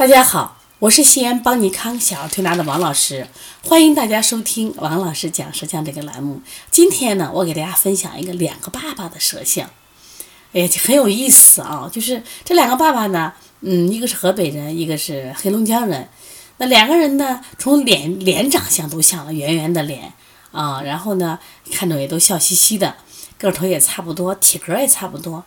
大家好，我是西安邦尼康小儿推拿的王老师，欢迎大家收听王老师讲舌象这个栏目。今天呢，我给大家分享一个两个爸爸的舌象，很有意思啊。就是这两个爸爸呢，一个是河北人，一个是黑龙江人。那两个人呢，从脸长相都像了，圆圆的脸啊，然后呢，看着也都笑嘻嘻的，个头也差不多，体格也差不多。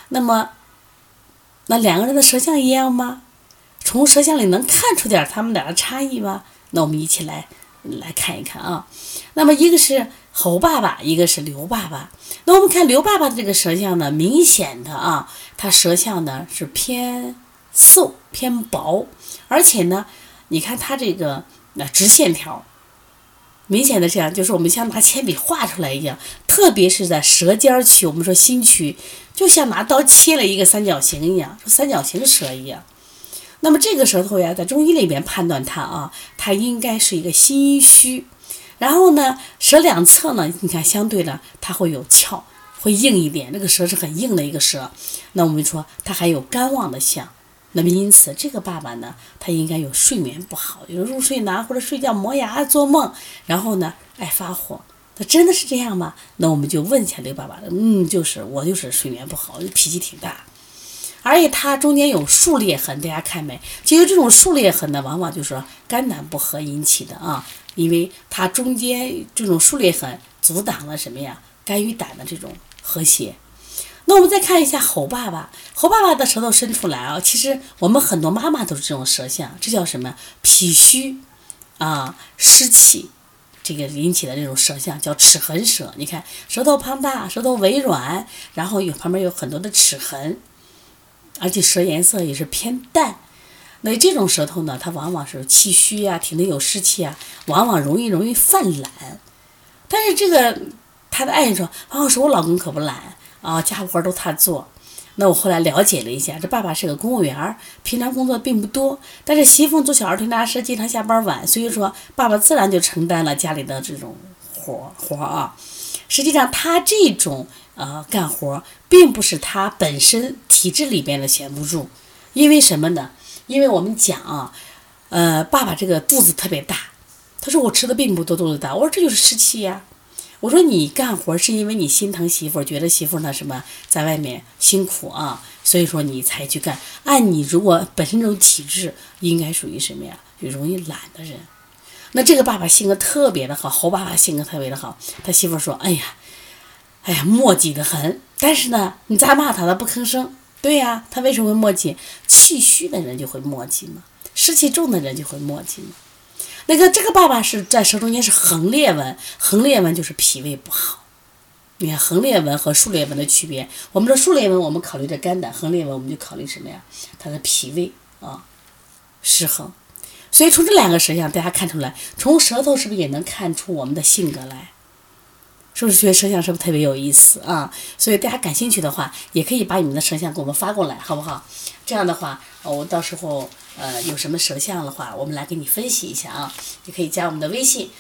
那两个人的舌象一样吗？从舌象里能看出点他们俩的差异吗？那我们一起来看一看啊。那么一个是侯爸爸，一个是刘爸爸。那我们看刘爸爸的这个舌象呢，明显的啊，他舌象呢是偏瘦偏薄，而且呢，你看他这个直线条，明显的这样，就是我们像拿铅笔画出来一样，特别是在舌尖区，我们说心区，就像拿刀切了一个三角形一样，三角形舌一样。那么这个舌头呀，在中医里面判断它啊，它应该是一个心虚。然后呢，舌两侧呢，你看相对的它会有翘，会硬一点，这个舌是很硬的一个舌。那我们说它还有肝旺的象。那么因此这个爸爸呢，他应该有睡眠不好，有入睡难或者睡觉磨牙做梦，然后呢爱发火。那真的是这样吗？那我们就问一下刘爸爸了，我就是睡眠不好，脾气挺大。而且它中间有数裂痕，大家看没？其实这种数裂痕呢，往往就是肝胆不和引起的啊，因为它中间这种数裂痕阻挡了什么呀？肝与胆的这种和谐。那我们再看一下侯爸爸，侯爸爸的舌头伸出来啊，其实我们很多妈妈都是这种舌象，这叫什么？脾虚啊，湿气，这个引起的这种舌象叫齿痕舌。你看舌头胖大，舌头微软，然后旁边有很多的齿痕。而且舌颜色也是偏淡，那这种舌头呢，它往往是气虚啊，体内有湿气啊，往往容易犯懒。但是这个他的爱人说，我说我老公可不懒啊，家务活都他做。那我后来了解了一下，这爸爸是个公务员，平常工作并不多，但是媳妇做小儿推拿师，经常下班晚，所以说爸爸自然就承担了家里的这种活啊。实际上他这种干活并不是他本身体质里边的闲不住，因为什么呢？因为我们讲啊，爸爸这个肚子特别大，他说我吃的并不多，肚子大，我说这就是湿气呀。我说你干活是因为你心疼媳妇，觉得媳妇呢什么在外面辛苦啊，所以说你才去干。按你如果本身这种体质，应该属于什么呀？就容易懒的人。那这个爸爸性格特别的好，侯爸爸性格特别的好，他媳妇说，哎呀，磨叽的很。但是呢，你咋骂他，他不吭声。对呀，他为什么会磨叽？气虚的人就会磨叽嘛，湿气重的人就会磨叽嘛。这个爸爸是在舌中间是横裂纹，横裂纹就是脾胃不好。你看横裂纹和竖裂纹的区别，我们说竖裂纹我们考虑着肝胆，横裂纹我们就考虑什么呀？他的脾胃失衡。所以从这两个舌象，大家看出来，从舌头是不是也能看出我们的性格来？是不是学舌象是不是特别有意思啊？所以大家感兴趣的话，也可以把你们的舌象给我们发过来，好不好？这样的话，我到时候有什么舌象的话，我们来给你分析一下啊。也可以加我们的微信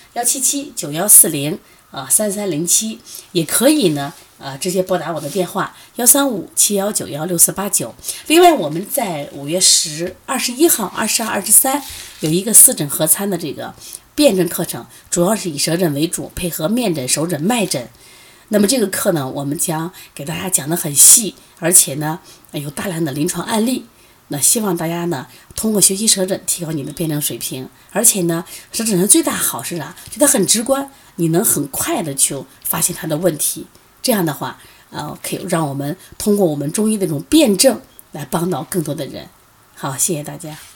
17791403307，也可以呢直接拨打我的电话13571916489。另外，我们在5月21号、22、23有一个4诊合参的这个辩证课程，主要是以舌诊为主，配合面诊、手诊、脉诊。那么这个课呢，我们将给大家讲得很细，而且呢有大量的临床案例。那希望大家呢通过学习舌诊提高你的辩证水平，而且呢舌诊的最大好是啥？就它很直观，你能很快的去发现它的问题。这样的话可以让我们通过我们中医的这种辩证来帮到更多的人。好，谢谢大家。